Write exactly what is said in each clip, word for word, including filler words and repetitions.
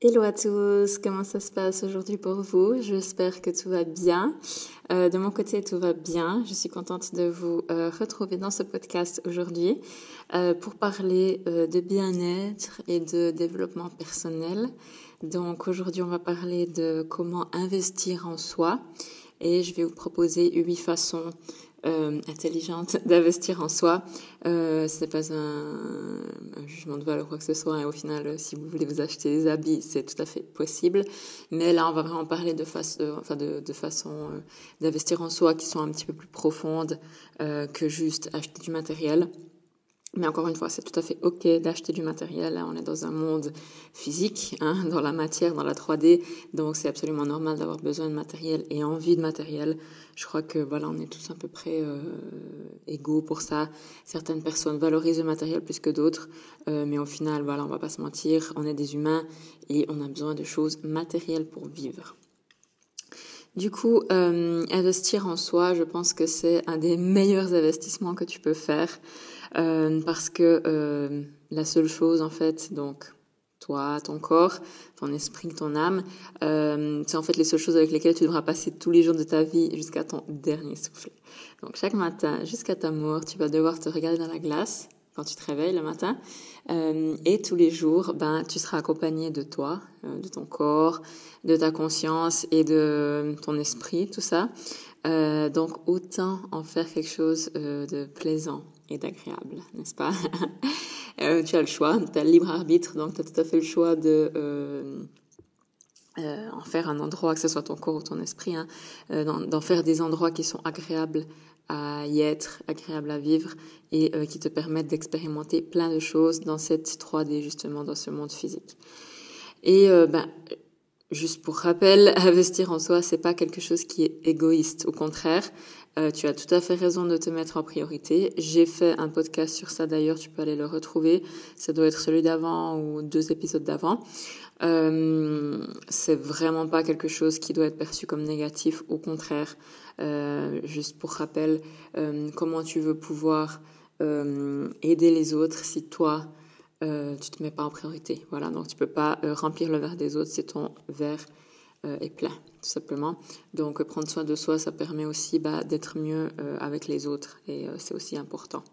Hello à tous, comment ça se passe aujourd'hui pour vous? J'espère que tout va bien. Euh, de mon côté, tout va bien. Je suis contente de vous euh, retrouver dans ce podcast aujourd'hui euh, pour parler euh, de bien-être et de développement personnel. Donc aujourd'hui, on va parler de comment investir en soi et je vais vous proposer huit façons Euh, intelligente d'investir en soi. Euh, c'est pas un, un jugement de valeur ou quoi que ce soit. Et au final, euh, si vous voulez vous acheter des habits, c'est tout à fait possible. Mais là, on va vraiment parler de, face, euh, enfin de, de façon euh, d'investir en soi qui sont un petit peu plus profondes euh, que juste acheter du matériel. Mais encore une fois, c'est tout à fait OK d'acheter du matériel. Là, on est dans un monde physique, hein, dans la matière, dans la trois D. Donc, c'est absolument normal d'avoir besoin de matériel et envie de matériel. Je crois que, voilà, on est tous à peu près euh, égaux pour ça. Certaines personnes valorisent le matériel plus que d'autres. Euh, mais au final, voilà, on va pas se mentir. On est des humains et on a besoin de choses matérielles pour vivre. Du coup, euh, investir en soi, je pense que c'est un des meilleurs investissements que tu peux faire. Euh, parce que euh, la seule chose en fait, donc toi, ton corps, ton esprit, ton âme, euh, c'est en fait les seules choses avec lesquelles tu devras passer tous les jours de ta vie jusqu'à ton dernier souffle. Donc chaque matin, jusqu'à ta mort, tu vas devoir te regarder dans la glace quand tu te réveilles le matin, euh, et tous les jours, ben tu seras accompagné de toi, euh, de ton corps, de ta conscience et de ton esprit, tout ça. Euh, donc autant en faire quelque chose euh, de plaisant et d'agréable, n'est-ce pas? euh, tu as le choix, tu as le libre arbitre, donc tu as tout à fait le choix de euh, euh, en faire un endroit, que ce soit ton corps ou ton esprit, hein, euh, d'en, d'en faire des endroits qui sont agréables à y être, agréables à vivre et euh, qui te permettent d'expérimenter plein de choses dans cette trois D, justement, dans ce monde physique. Et euh, ben juste pour rappel, investir en soi, c'est pas quelque chose qui est égoïste. Au contraire, euh, tu as tout à fait raison de te mettre en priorité. J'ai fait un podcast sur ça d'ailleurs, tu peux aller le retrouver. Ça doit être celui d'avant ou deux épisodes d'avant. Euh, c'est vraiment pas quelque chose qui doit être perçu comme négatif. Au contraire, euh, juste pour rappel, euh, comment tu veux pouvoir euh, aider les autres si toi Euh, tu te mets pas en priorité. Voilà, donc tu peux pas euh, remplir le verre des autres si ton verre euh, est plein, tout simplement. Donc euh, prendre soin de soi, ça permet aussi bah, d'être mieux euh, avec les autres et euh, c'est aussi important.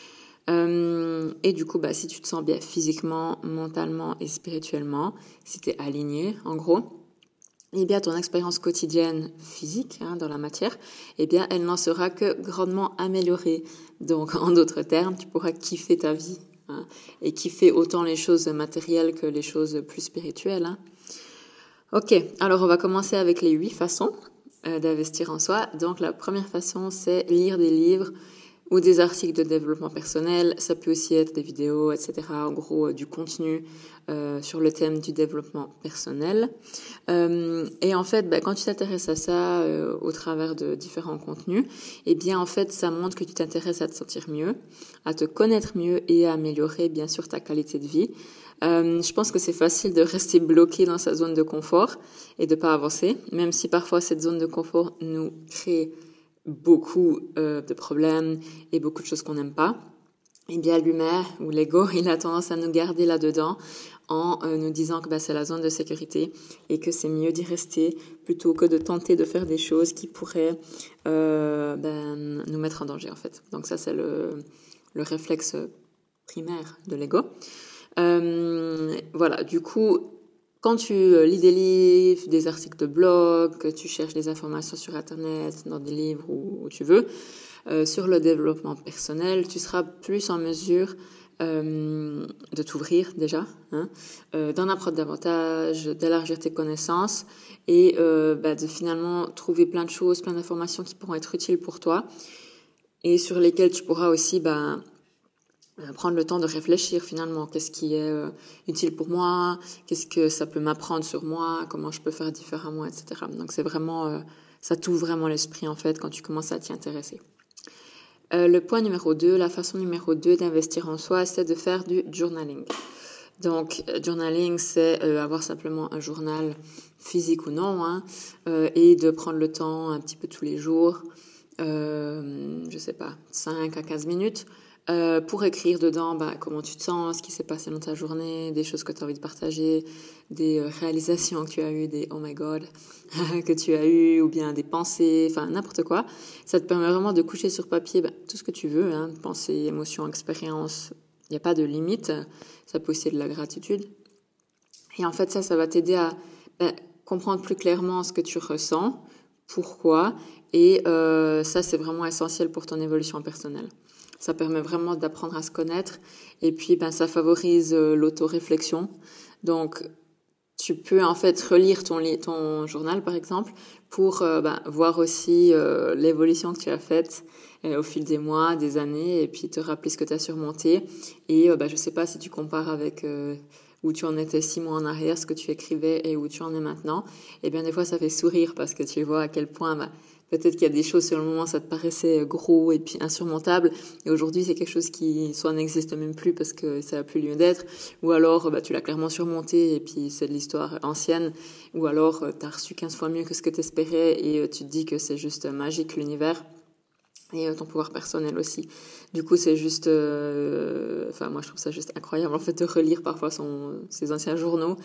Euh, et du coup, bah, si tu te sens bien physiquement, mentalement et spirituellement, si tu es aligné, en gros, eh bien, ton expérience quotidienne physique hein, dans la matière, eh bien, elle n'en sera que grandement améliorée. Donc, en d'autres termes, tu pourras kiffer ta vie. Hein, et qui fait autant les choses matérielles que les choses plus spirituelles. Hein. Ok, alors on va commencer avec les huit façons euh, d'investir en soi. Donc la première façon, c'est lire des livres ou des articles de développement personnel. Ça peut aussi être des vidéos, et cetera. En gros, euh, du contenu euh, sur le thème du développement personnel. Euh, et en fait, bah, quand tu t'intéresses à ça euh, au travers de différents contenus, eh bien en fait, ça montre que tu t'intéresses à te sentir mieux, à te connaître mieux et à améliorer bien sûr ta qualité de vie. Euh, je pense que c'est facile de rester bloqué dans sa zone de confort et de pas avancer, même si parfois cette zone de confort nous crée beaucoup euh, de problèmes et beaucoup de choses qu'on n'aime pas. Eh bien, l'humain ou l'ego, il a tendance à nous garder là-dedans en euh, nous disant que bah, c'est la zone de sécurité et que c'est mieux d'y rester plutôt que de tenter de faire des choses qui pourraient euh, ben, nous mettre en danger, en fait. Donc ça, c'est le, le réflexe primaire de l'ego. Euh, voilà, du coup, quand tu lis des livres, des articles de blog, que tu cherches des informations sur Internet, dans des livres où, où tu veux, euh, sur le développement personnel, tu seras plus en mesure euh, de t'ouvrir déjà, hein, euh, d'en apprendre davantage, d'élargir tes connaissances et euh, bah, de finalement trouver plein de choses, plein d'informations qui pourront être utiles pour toi et sur lesquelles tu pourras aussi bah, prendre le temps de réfléchir finalement, qu'est-ce qui est euh, utile pour moi, qu'est-ce que ça peut m'apprendre sur moi, comment je peux faire différemment, et cetera. Donc c'est vraiment, euh, ça t'ouvre vraiment l'esprit en fait quand tu commences à t'y intéresser. Euh, le point numéro deux, la façon numéro deux d'investir en soi, c'est de faire du journaling. Donc, journaling, c'est euh, avoir simplement un journal physique ou non, hein, euh, et de prendre le temps un petit peu tous les jours, euh, je sais pas, cinq à quinze minutes, euh, pour écrire dedans bah, comment tu te sens, ce qui s'est passé dans ta journée, des choses que tu as envie de partager, des euh, réalisations que tu as eues, des oh my god que tu as eues, ou bien des pensées, enfin n'importe quoi. Ça te permet vraiment de coucher sur papier bah, tout ce que tu veux, hein, pensées, émotions, expériences, il n'y a pas de limite, ça peut aussi être de la gratitude. Et en fait ça, ça va t'aider à bah, comprendre plus clairement ce que tu ressens, pourquoi, et euh, ça c'est vraiment essentiel pour ton évolution personnelle. Ça permet vraiment d'apprendre à se connaître et puis ben ça favorise euh, l'autoréflexion. Donc tu peux en fait relire ton li- ton journal par exemple pour euh, ben, voir aussi euh, l'évolution que tu as faite euh, au fil des mois, des années et puis te rappeler ce que tu as surmonté et euh, ben, je sais pas si tu compares avec euh, où tu en étais six mois en arrière, ce que tu écrivais et où tu en es maintenant, et bien des fois ça fait sourire parce que tu vois à quel point ben, peut-être qu'il y a des choses sur le moment, ça te paraissait gros et puis insurmontable. Et aujourd'hui, c'est quelque chose qui soit n'existe même plus parce que ça n'a plus lieu d'être. Ou alors, bah, tu l'as clairement surmonté et puis c'est de l'histoire ancienne. Ou alors, tu as reçu quinze fois mieux que ce que tu espérais et tu te dis que c'est juste magique l'univers. Et ton pouvoir personnel aussi. Du coup, c'est juste... Euh, enfin, moi, je trouve ça juste incroyable, en fait, de relire parfois son, ses anciens journaux.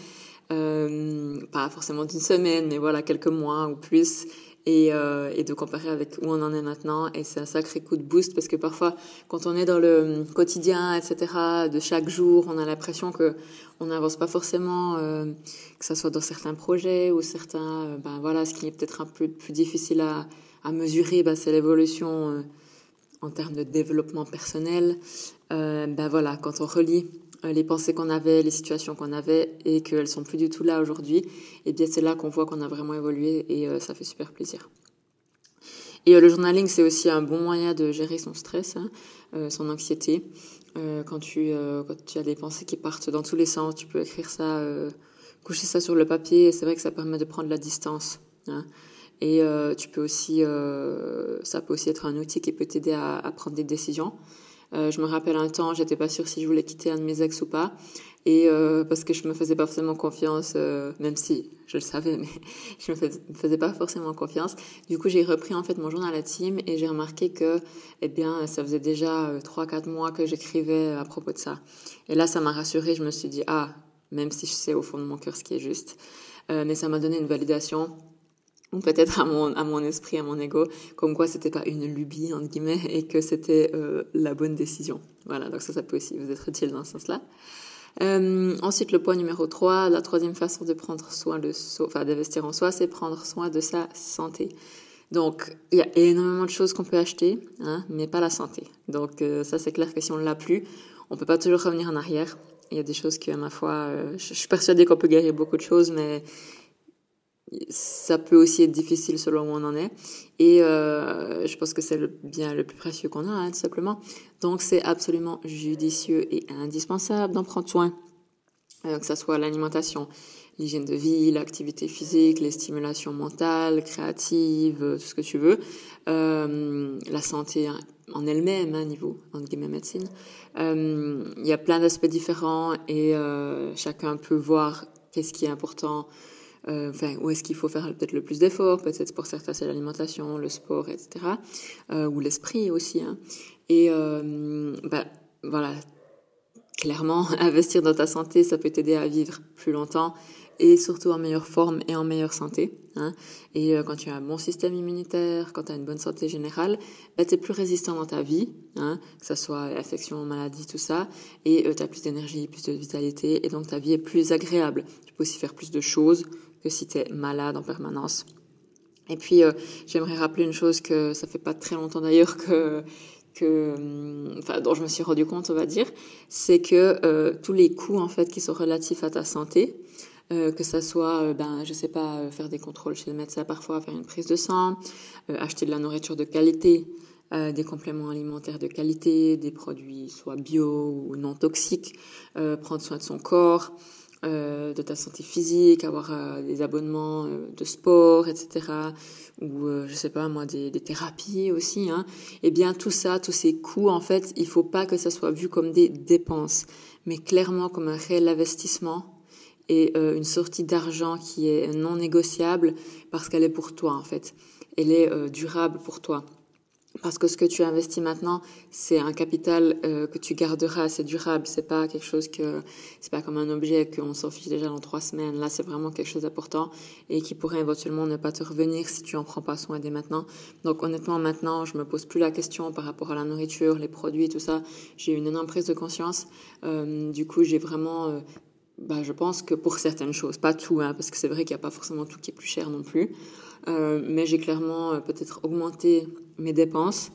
Euh, pas forcément d'une semaine, mais voilà, quelques mois ou plus. Et, euh, et de comparer avec où on en est maintenant. Et c'est un sacré coup de boost parce que parfois, quand on est dans le quotidien, et cetera, de chaque jour, on a l'impression que on n'avance pas forcément, euh, que ça soit dans certains projets ou certains... Euh, ben voilà, ce qui est peut-être un peu plus difficile à, à mesurer, ben, c'est l'évolution euh, en termes de développement personnel. Euh, ben voilà, quand on relit les pensées qu'on avait, les situations qu'on avait et qu'elles sont plus du tout là aujourd'hui, et bien c'est là qu'on voit qu'on a vraiment évolué et euh, ça fait super plaisir. Et euh, le journaling, c'est aussi un bon moyen de gérer son stress, hein, euh, son anxiété. Euh, quand tu euh, quand tu as des pensées qui partent dans tous les sens, tu peux écrire ça, euh, coucher ça sur le papier et c'est vrai que ça permet de prendre la distance. Hein. Et euh, tu peux aussi, euh, ça peut aussi être un outil qui peut t'aider à, à prendre des décisions. Euh, je me rappelle un temps, j'étais pas sûre si je voulais quitter un de mes ex ou pas, et euh, parce que je me faisais pas forcément confiance, euh, même si je le savais, mais je me, fais, me faisais pas forcément confiance. Du coup, j'ai repris en fait mon journal intime et j'ai remarqué que, eh bien, ça faisait déjà trois, quatre mois que j'écrivais à propos de ça. Et là, ça m'a rassurée. Je me suis dit ah, même si je sais au fond de mon cœur ce qui est juste, euh, mais ça m'a donné une validation. Ou peut-être à mon à mon esprit, à mon ego, comme quoi c'était pas une lubie entre guillemets et que c'était euh, la bonne décision. Voilà, donc ça, ça peut aussi vous être utile dans ce sens-là. Euh, ensuite, le point numéro trois, la troisième façon de prendre soin de soi, enfin d'investir en soi, c'est prendre soin de sa santé. Donc, il y a énormément de choses qu'on peut acheter, hein, mais pas la santé. Donc euh, ça, c'est clair que si on l'a plus, on peut pas toujours revenir en arrière. Il y a des choses que, à ma foi, euh, je, je suis persuadée qu'on peut guérir beaucoup de choses, mais ça peut aussi être difficile selon où on en est. Et euh, je pense que c'est le bien le plus précieux qu'on a, hein, tout simplement. Donc, c'est absolument judicieux et indispensable d'en prendre soin. Euh, que ça soit l'alimentation, l'hygiène de vie, l'activité physique, les stimulations mentales, créatives, tout ce que tu veux. Euh, la santé en elle-même, hein, niveau, entre guillemets, médecine. Euh, il y a plein d'aspects différents et euh, chacun peut voir qu'est-ce qui est important. Euh, enfin, où est-ce qu'il faut faire peut-être le plus d'efforts, peut-être pour certains c'est l'alimentation, le sport, et cetera. Euh, ou l'esprit aussi. Hein. Et euh, bah, voilà, clairement, investir dans ta santé, ça peut t'aider à vivre plus longtemps et surtout en meilleure forme et en meilleure santé. Hein. Et euh, quand tu as un bon système immunitaire, quand tu as une bonne santé générale, bah, tu es plus résistant dans ta vie, hein, que ce soit affection, maladie, tout ça, et euh, tu as plus d'énergie, plus de vitalité, et donc ta vie est plus agréable. Tu peux aussi faire plus de choses que si tu es malade en permanence. Et puis, euh, j'aimerais rappeler une chose que ça fait pas très longtemps d'ailleurs que... que, enfin, dont je me suis rendu compte, on va dire, c'est que euh, tous les coûts en fait qui sont relatifs à ta santé, euh, que ça soit, euh, ben, je sais pas, euh, faire des contrôles chez le médecin parfois, faire une prise de sang, euh, acheter de la nourriture de qualité, euh, des compléments alimentaires de qualité, des produits soit bio ou non toxiques, euh, prendre soin de son corps. Euh, de ta santé physique, avoir euh, des abonnements euh, de sport, et cetera. Ou euh, je sais pas moi des, des thérapies aussi. Hein. Eh bien tout ça, tous ces coûts, en fait, il faut pas que ça soit vu comme des dépenses, mais clairement comme un réel investissement et euh, une sortie d'argent qui est non négociable parce qu'elle est pour toi en fait. Elle est euh, durable pour toi. Parce que ce que tu investis maintenant, c'est un capital euh, que tu garderas, c'est durable, c'est pas quelque chose que, c'est pas comme un objet qu'on s'en fiche déjà dans trois semaines. Là, c'est vraiment quelque chose d'important et qui pourrait éventuellement ne pas te revenir si tu en prends pas soin dès maintenant. Donc honnêtement, maintenant, je me pose plus la question par rapport à la nourriture, les produits, tout ça. J'ai une énorme prise de conscience. Euh, du coup, j'ai vraiment, euh, bah, je pense que pour certaines choses, pas tout, hein, parce que c'est vrai qu'il n'y a pas forcément tout qui est plus cher non plus. Euh, mais j'ai clairement euh, peut-être augmenté mes dépenses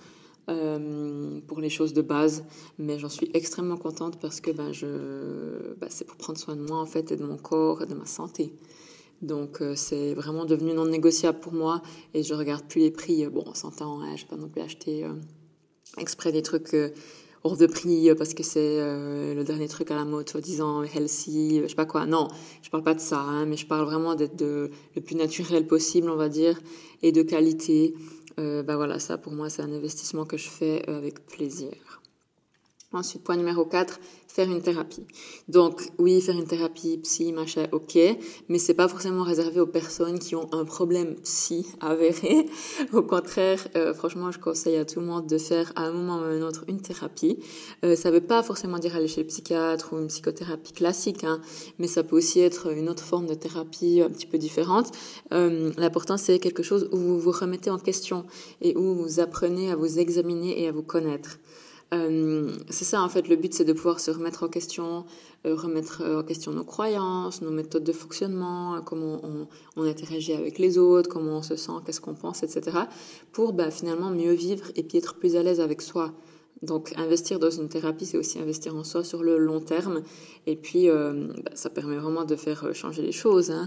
euh, pour les choses de base, mais j'en suis extrêmement contente parce que ben, je, ben, c'est pour prendre soin de moi en fait et de mon corps et de ma santé. Donc euh, c'est vraiment devenu non négociable pour moi et je regarde plus les prix. Bon, on s'entend, hein, je vais pas non plus acheter euh, exprès des trucs euh, hors de prix euh, parce que c'est euh, le dernier truc à la mode, soi-disant healthy, euh, je sais pas quoi. Non, je parle pas de ça, hein, mais je parle vraiment d'être de, le plus naturel possible, on va dire, et de qualité. Euh, bah voilà, ça pour moi c'est un investissement que je fais euh, avec plaisir. Ensuite, point numéro quatre, faire une thérapie. Donc, oui, faire une thérapie psy, machin, ok, mais c'est pas forcément réservé aux personnes qui ont un problème psy avéré. Au contraire, euh, franchement, je conseille à tout le monde de faire à un moment ou à un autre une thérapie. Euh, ça veut pas forcément dire aller chez le psychiatre ou une psychothérapie classique, hein, mais ça peut aussi être une autre forme de thérapie un petit peu différente. Euh, l'important, c'est quelque chose où vous vous remettez en question et où vous apprenez à vous examiner et à vous connaître. Euh, c'est ça en fait, le but c'est de pouvoir se remettre en question, euh, remettre en question nos croyances, nos méthodes de fonctionnement, comment on, on interagit avec les autres, comment on se sent, qu'est-ce qu'on pense, et cetera. Pour bah, finalement mieux vivre et puis être plus à l'aise avec soi. Donc investir dans une thérapie, c'est aussi investir en soi sur le long terme. Et puis, euh, bah, ça permet vraiment de faire changer les choses, hein.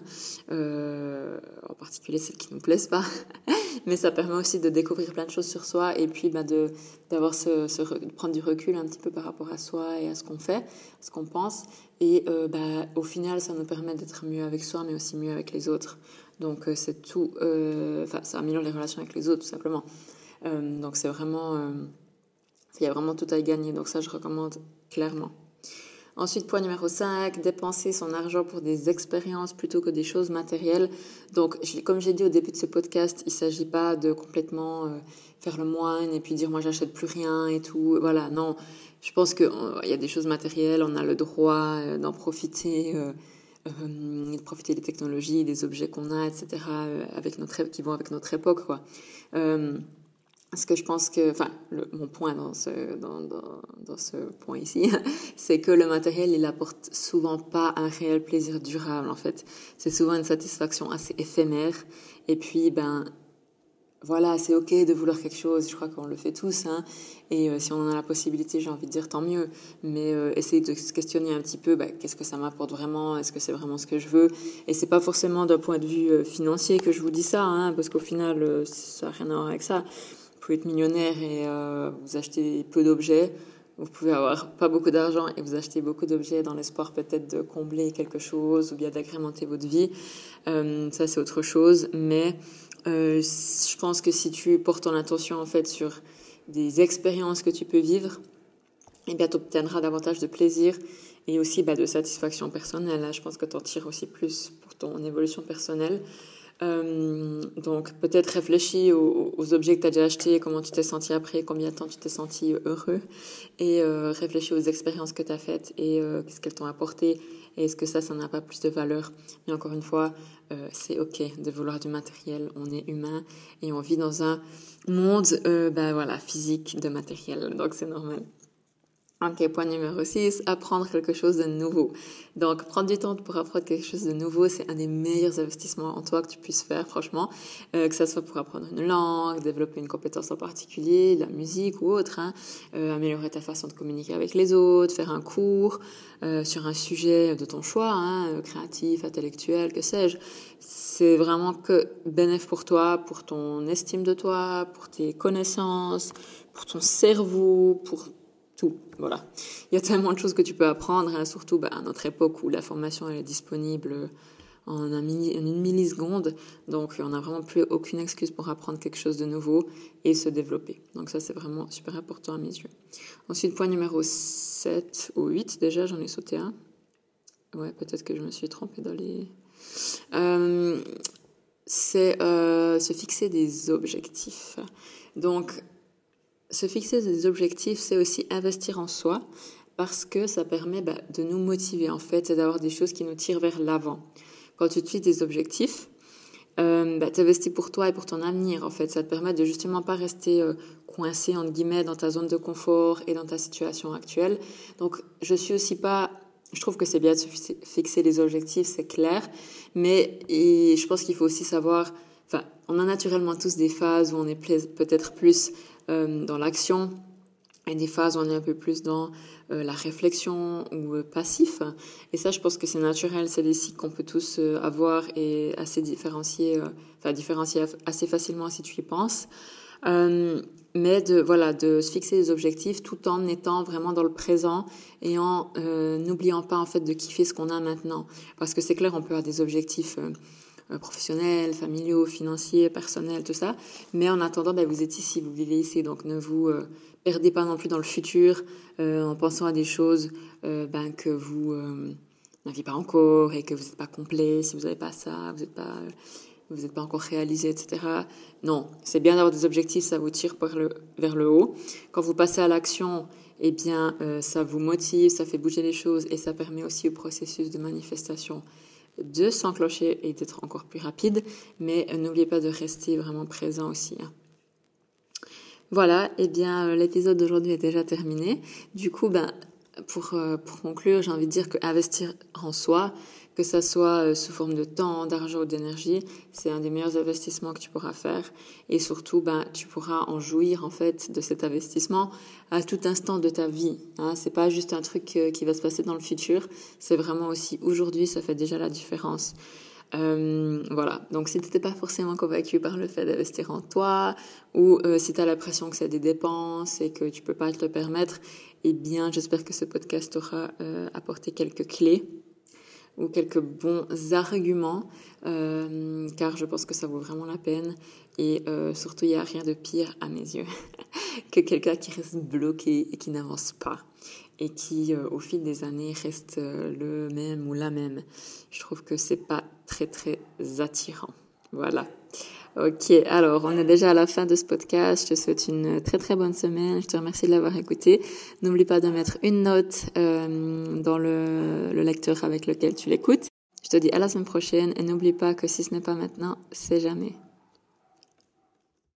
Euh, en particulier celles qui ne nous plaisent pas. Mais ça permet aussi de découvrir plein de choses sur soi et puis bah, de, d'avoir ce, ce, de prendre du recul un petit peu par rapport à soi et à ce qu'on fait, à ce qu'on pense. Et euh, bah, au final, ça nous permet d'être mieux avec soi, mais aussi mieux avec les autres. Donc, euh, c'est tout... Enfin, euh, ça améliore les relations avec les autres, tout simplement. Euh, donc, c'est vraiment... Euh, il y a vraiment tout à y gagner, donc ça je recommande clairement. Ensuite, point numéro cinq, dépenser son argent pour des expériences plutôt que des choses matérielles. Donc, comme j'ai dit au début de ce podcast, il ne s'agit pas de complètement euh, faire le moine et puis dire moi j'achète plus rien et tout. Voilà, non. Je pense qu'il euh, y a des choses matérielles, on a le droit euh, d'en profiter, euh, euh, de profiter des technologies, des objets qu'on a, et cetera, euh, avec notre, qui vont avec notre époque, quoi. Euh, Parce que je pense que, enfin, le, mon point dans ce, dans, dans, dans ce point ici, c'est que le matériel, il apporte souvent pas un réel plaisir durable, en fait. C'est souvent une satisfaction assez éphémère. Et puis, ben, voilà, c'est ok de vouloir quelque chose. Je crois qu'on le fait tous, hein. Et euh, si on en a la possibilité, j'ai envie de dire tant mieux. Mais euh, essayer de se questionner un petit peu, ben, qu'est-ce que ça m'apporte vraiment? Est-ce que c'est vraiment ce que je veux? Et c'est pas forcément d'un point de vue euh, financier que je vous dis ça, hein, parce qu'au final, euh, ça n'a rien à voir avec ça. Vous pouvez être millionnaire et euh, vous acheter peu d'objets. Vous pouvez avoir pas beaucoup d'argent et vous acheter beaucoup d'objets dans l'espoir peut-être de combler quelque chose ou bien d'agrémenter votre vie. Euh, ça, c'est autre chose. Mais euh, je pense que si tu portes ton attention en fait sur des expériences que tu peux vivre, eh bien, tu obtiendras davantage de plaisir et aussi bah, de satisfaction personnelle. Là, je pense que tu en tires aussi plus pour ton évolution personnelle. Euh, donc peut-être réfléchis aux, aux objets que tu as déjà achetés, comment tu t'es senti après, combien de temps tu t'es senti heureux, et euh, réfléchis aux expériences que tu as faites et euh, qu'est-ce qu'elles t'ont apporté et est-ce que ça, ça n'a pas plus de valeur. Mais encore une fois, euh, c'est ok de vouloir du matériel, on est humain et on vit dans un monde euh, ben voilà, physique de matériel, donc c'est normal. Ok, point numéro six, apprendre quelque chose de nouveau. Donc, prendre du temps pour apprendre quelque chose de nouveau, c'est un des meilleurs investissements en toi que tu puisses faire, franchement. Euh, que ça soit pour apprendre une langue, développer une compétence en particulier, de la musique ou autre, hein. Euh, améliorer ta façon de communiquer avec les autres, faire un cours euh, sur un sujet de ton choix, hein, créatif, intellectuel, que sais-je. C'est vraiment que bénéfique pour toi, pour ton estime de toi, pour tes connaissances, pour ton cerveau, pour tout, voilà. Il y a tellement de choses que tu peux apprendre, hein, surtout bah, à notre époque où la formation elle est disponible en, un mini, en une milliseconde. Donc, on n'a vraiment plus aucune excuse pour apprendre quelque chose de nouveau et se développer. Donc, ça, c'est vraiment super important à mes yeux. Ensuite, point numéro sept ou huit, déjà, j'en ai sauté un. Ouais, peut-être que je me suis trompée dans les... Euh, c'est euh, se fixer des objectifs. Donc, se fixer des objectifs, c'est aussi investir en soi parce que ça permet bah, de nous motiver en fait et d'avoir des choses qui nous tirent vers l'avant. Quand tu te fixes des objectifs, euh, bah, t'investis pour toi et pour ton avenir en fait. Ça te permet de justement pas rester euh, coincé entre guillemets dans ta zone de confort et dans ta situation actuelle. Donc je suis aussi pas... Je trouve que c'est bien de se fixer les objectifs, c'est clair, mais et je pense qu'il faut aussi savoir... Enfin, on a naturellement tous des phases où on est peut-être plus euh, dans l'action et des phases où on est un peu plus dans euh, la réflexion ou euh, passif. Et ça, je pense que c'est naturel, c'est des cycles qu'on peut tous euh, avoir et assez différencier, euh, enfin différencier assez facilement si tu y penses. Euh, mais de voilà de se fixer des objectifs tout en étant vraiment dans le présent et en euh, n'oubliant pas en fait de kiffer ce qu'on a maintenant, parce que c'est clair, on peut avoir des objectifs euh, euh, professionnels, familiaux, financiers, personnels, tout ça, mais en attendant ben, vous êtes ici, vous vivez ici, donc ne vous euh, perdez pas non plus dans le futur euh, en pensant à des choses euh, ben, que vous euh, n'avez pas encore et que vous n'êtes pas complet si vous n'avez pas ça, vous n'êtes pas euh, vous n'êtes pas encore réalisé, et cetera. Non, c'est bien d'avoir des objectifs, ça vous tire par le, vers le haut. Quand vous passez à l'action, eh bien, euh, ça vous motive, ça fait bouger les choses et ça permet aussi au processus de manifestation de s'enclencher et d'être encore plus rapide. Mais euh, n'oubliez pas de rester vraiment présent aussi. Hein. Voilà, eh bien, euh, l'épisode d'aujourd'hui est déjà terminé. Du coup, ben, pour, euh, pour conclure, j'ai envie de dire qu'investir en soi, que ça soit euh, sous forme de temps, d'argent ou d'énergie, c'est un des meilleurs investissements que tu pourras faire. Et surtout, ben, tu pourras en jouir en fait de cet investissement à tout instant de ta vie. Hein. C'est pas juste un truc euh, qui va se passer dans le futur, c'est vraiment aussi aujourd'hui, ça fait déjà la différence. Euh, voilà, donc si tu n'étais pas forcément convaincu par le fait d'investir en toi ou euh, si tu as l'impression que c'est des dépenses et que tu peux pas te le permettre, eh bien j'espère que ce podcast t'aura euh, apporté quelques clés ou quelques bons arguments euh, car je pense que ça vaut vraiment la peine et euh, surtout il n'y a rien de pire à mes yeux que quelqu'un qui reste bloqué et qui n'avance pas et qui, euh, au fil des années, reste euh, le même ou la même. Je trouve que c'est pas très, très attirant. Voilà. Ok, alors, on est déjà à la fin de ce podcast. Je te souhaite une très, très bonne semaine. Je te remercie de l'avoir écouté. N'oublie pas de mettre une note euh, dans le, le lecteur avec lequel tu l'écoutes. Je te dis à la semaine prochaine et n'oublie pas que si ce n'est pas maintenant, c'est jamais.